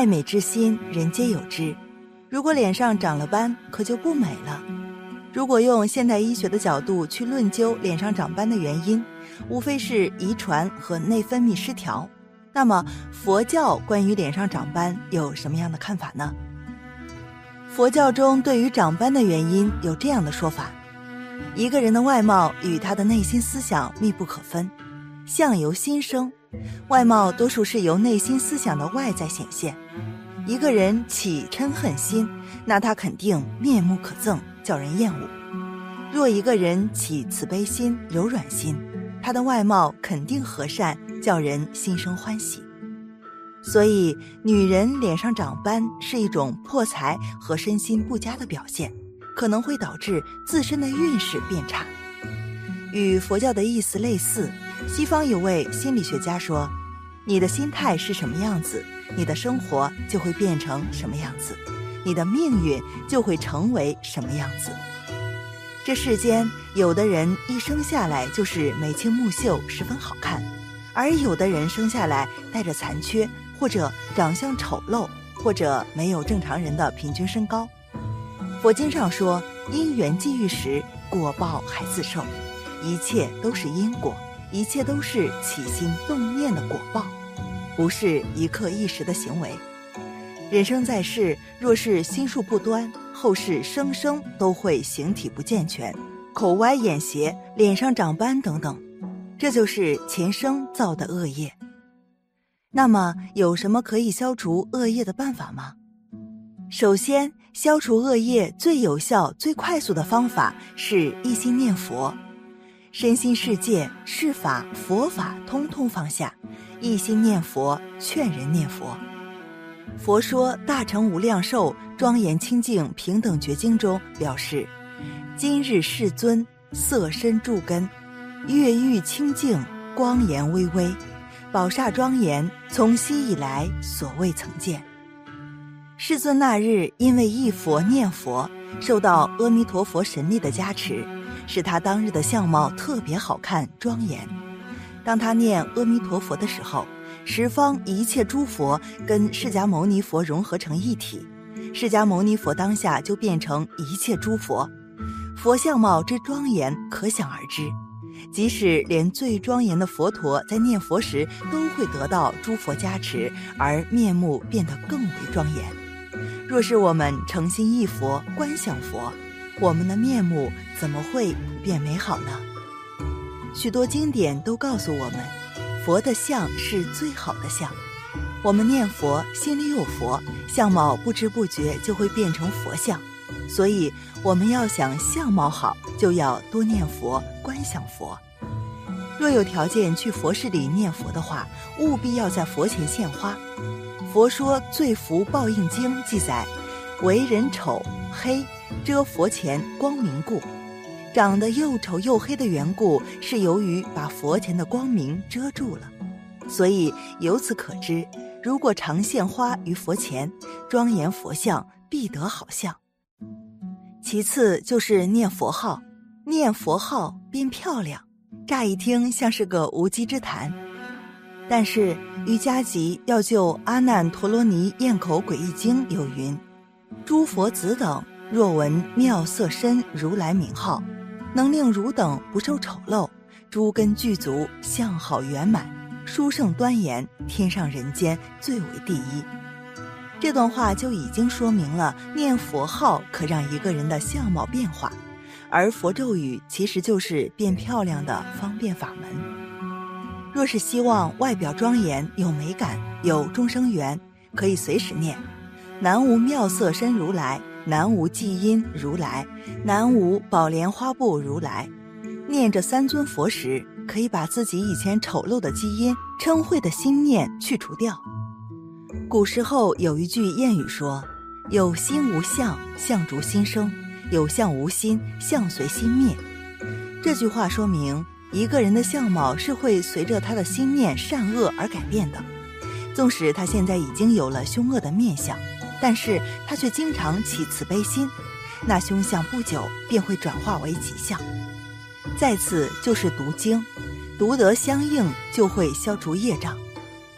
爱美之心，人皆有之。如果脸上长了斑，可就不美了。如果用现代医学的角度去论究脸上长斑的原因，无非是遗传和内分泌失调。那么佛教关于脸上长斑有什么样的看法呢？佛教中对于长斑的原因有这样的说法：一个人的外貌与他的内心思想密不可分，相由心生，外貌多数是由内心思想的外在显现。一个人起嗔恨心，那他肯定面目可憎，叫人厌恶。若一个人起慈悲心、柔软心，他的外貌肯定和善，叫人心生欢喜。所以女人脸上长斑是一种破财和身心不佳的表现，可能会导致自身的运势变差。与佛教的意思类似，西方有位心理学家说，你的心态是什么样子，你的生活就会变成什么样子，你的命运就会成为什么样子。这世间有的人一生下来就是眉清目秀，十分好看，而有的人生下来带着残缺，或者长相丑陋，或者没有正常人的平均身高。佛经上说，因缘际遇时，果报还自受，一切都是因果，一切都是起心动念的果报，不是一刻一时的行为。人生在世，若是心术不端，后世生生都会形体不健全，口歪眼斜，脸上长斑等等，这就是前生造的恶业。那么有什么可以消除恶业的办法吗？首先，消除恶业最有效、最快速的方法是一心念佛，身心世界、世法、佛法通通放下，一心念佛，劝人念佛。佛说《大乘无量寿庄严清净平等觉经》中表示，今日世尊色身住根，月欲清净，光颜微微，宝刹庄严，从昔以来所未曾见。世尊那日因为忆佛念佛，受到阿弥陀佛神力的加持，使他当日的相貌特别好看庄严。当他念阿弥陀佛的时候，十方一切诸佛跟释迦牟尼佛融合成一体，释迦牟尼佛当下就变成一切诸佛，佛相貌之庄严可想而知。即使连最庄严的佛陀在念佛时都会得到诸佛加持，而面目变得更为庄严。若是我们诚心忆佛观想佛，我们的面目怎么会普遍美好呢？许多经典都告诉我们，佛的相是最好的相。我们念佛，心里有佛，相貌不知不觉就会变成佛相。所以我们要想相貌好，就要多念佛，观想佛。若有条件去佛寺里念佛的话，务必要在佛前献花。佛说《罪福报应经》记载，为人丑黑，遮佛前光明故。长得又丑又黑的缘故，是由于把佛前的光明遮住了。所以由此可知，如果常献花于佛前，庄严佛像，必得好相。其次就是念佛号，念佛号变漂亮，乍一听像是个无稽之谈。但是瑜伽集要救阿难陀罗尼咽口诡异经有云，诸佛子等若闻妙色身如来名号，能令汝等不受丑陋，诸根具足，相好圆满，殊胜端严，天上人间最为第一。这段话就已经说明了念佛号可让一个人的相貌变化，而佛咒语其实就是变漂亮的方便法门。若是希望外表庄严有美感有众生缘，可以随时念南无妙色身如来，南无寂音如来，南无宝莲花布如来。念这三尊佛时，可以把自己以前丑陋的基因嗔恚的心念去除掉。古时候有一句谚语说，有心无相，相逐心生，有相无心，相随心灭。这句话说明一个人的相貌是会随着他的心念善恶而改变的。纵使他现在已经有了凶恶的面相，但是他却经常起慈悲心，那凶相不久便会转化为吉相。再次就是读经，读得相应就会消除业障。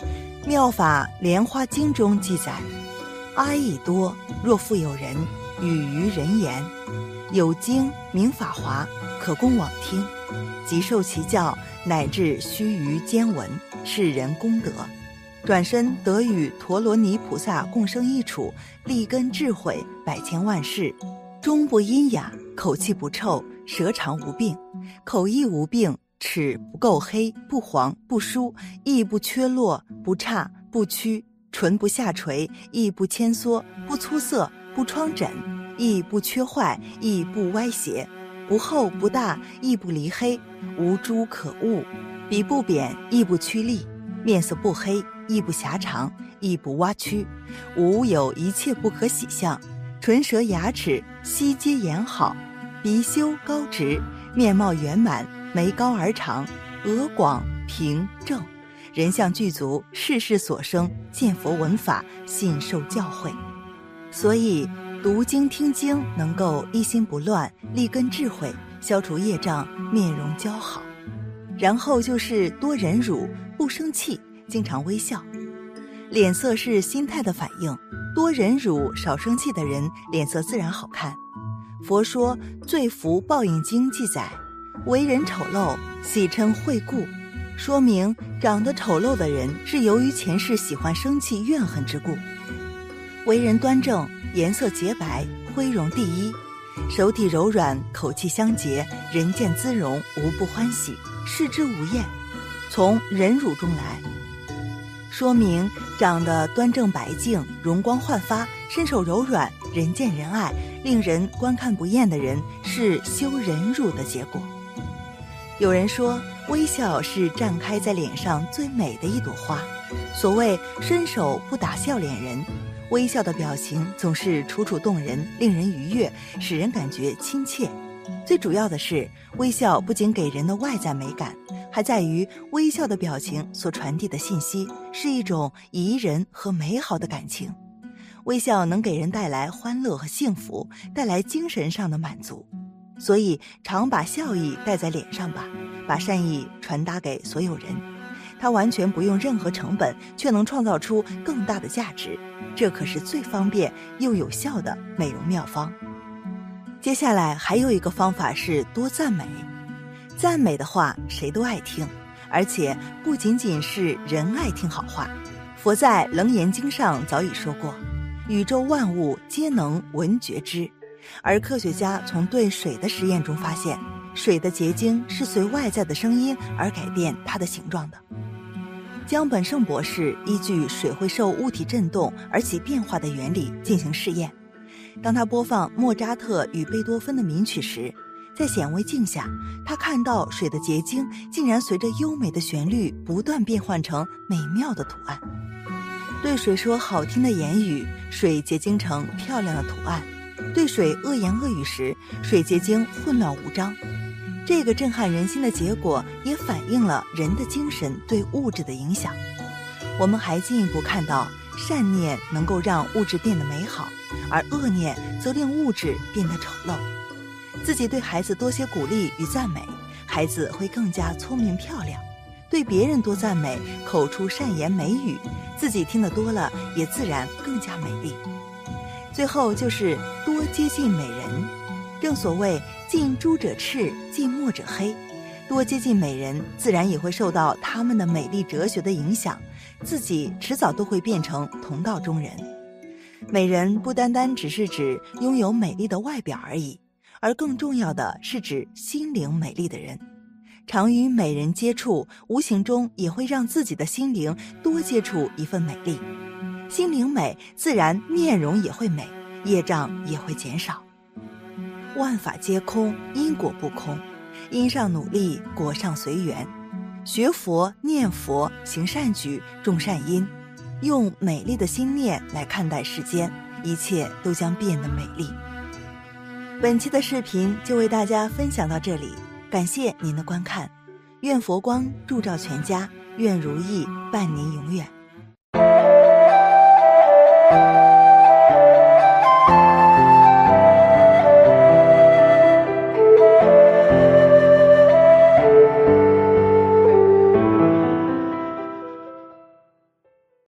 妙法莲花经中记载，阿逸多若复有人语于人言，有经名法华，可供往听，即受其教，乃至须臾间闻，是人功德。转身得与陀罗尼菩萨共生一处，立根智慧百千万世，终不阴哑，口气不臭，舌长无病，口亦无病，齿不垢黑，不黄不疏，亦不缺落，不差不曲，唇不下垂，亦不牵缩，不粗涩，不疮疹，亦不缺坏，亦不歪斜，不厚不大，亦不离黑，无诸可恶，鼻不扁，亦不曲利，面色不黑，亦不狭长，亦不洼曲，无有一切不可喜相，唇舌牙齿悉皆严好，鼻修高直，面貌圆满，眉高而长，额广平正，人相具足，事事所生，见佛闻法，信受教诲。所以读经听经能够一心不乱，立根智慧，消除业障，面容姣好。然后就是多忍辱，不生气，经常微笑。脸色是心态的反应，多忍辱少生气的人脸色自然好看。佛说《罪福报应经》记载，为人丑陋，喜称秽故，说明长得丑陋的人是由于前世喜欢生气怨恨之故。为人端正，颜色洁白，徽容第一，手体柔软，口气相洁，人见滋容，无不欢喜，视之无厌。从忍辱中来，说明长得端正白净，容光焕发，身手柔软，人见人爱，令人观看不厌的人是修忍辱的结果。有人说，微笑是绽开在脸上最美的一朵花，所谓伸手不打笑脸人，微笑的表情总是楚楚动人，令人愉悦，使人感觉亲切。最主要的是，微笑不仅给人的外在美感，还在于微笑的表情所传递的信息是一种宜人和美好的感情。微笑能给人带来欢乐和幸福，带来精神上的满足。所以常把笑意带在脸上吧，把善意传达给所有人。它完全不用任何成本，却能创造出更大的价值，这可是最方便又有效的美容妙方。接下来还有一个方法是多赞美。赞美的话谁都爱听，而且不仅仅是人爱听好话。佛在《楞严经》上早已说过，宇宙万物皆能闻觉知。而科学家从对水的实验中发现，水的结晶是随外在的声音而改变它的形状的。江本胜博士依据水会受物体振动而起变化的原理进行试验。当他播放莫扎特与贝多芬的名曲时，在显微镜下，他看到水的结晶竟然随着优美的旋律不断变换成美妙的图案。对水说好听的言语，水结晶成漂亮的图案；对水恶言恶语时，水结晶混乱无章。这个震撼人心的结果也反映了人的精神对物质的影响。我们还进一步看到，善念能够让物质变得美好，而恶念则令物质变得丑陋。自己对孩子多些鼓励与赞美，孩子会更加聪明漂亮；对别人多赞美，口出善言美语，自己听得多了，也自然更加美丽。最后就是多接近美人。正所谓近朱者赤，近墨者黑，多接近美人，自然也会受到他们的美丽哲学的影响，自己迟早都会变成同道中人。美人不单单只是指拥有美丽的外表而已，而更重要的是指心灵美丽的人。常与美人接触，无形中也会让自己的心灵多接触一份美丽。心灵美，自然面容也会美，业障也会减少。万法皆空，因果不空，因上努力，果上随缘。学佛念佛，行善举，种善因，用美丽的心念来看待世间，一切都将变得美丽。本期的视频就为大家分享到这里，感谢您的观看，愿佛光照照全家，愿如意伴您永远。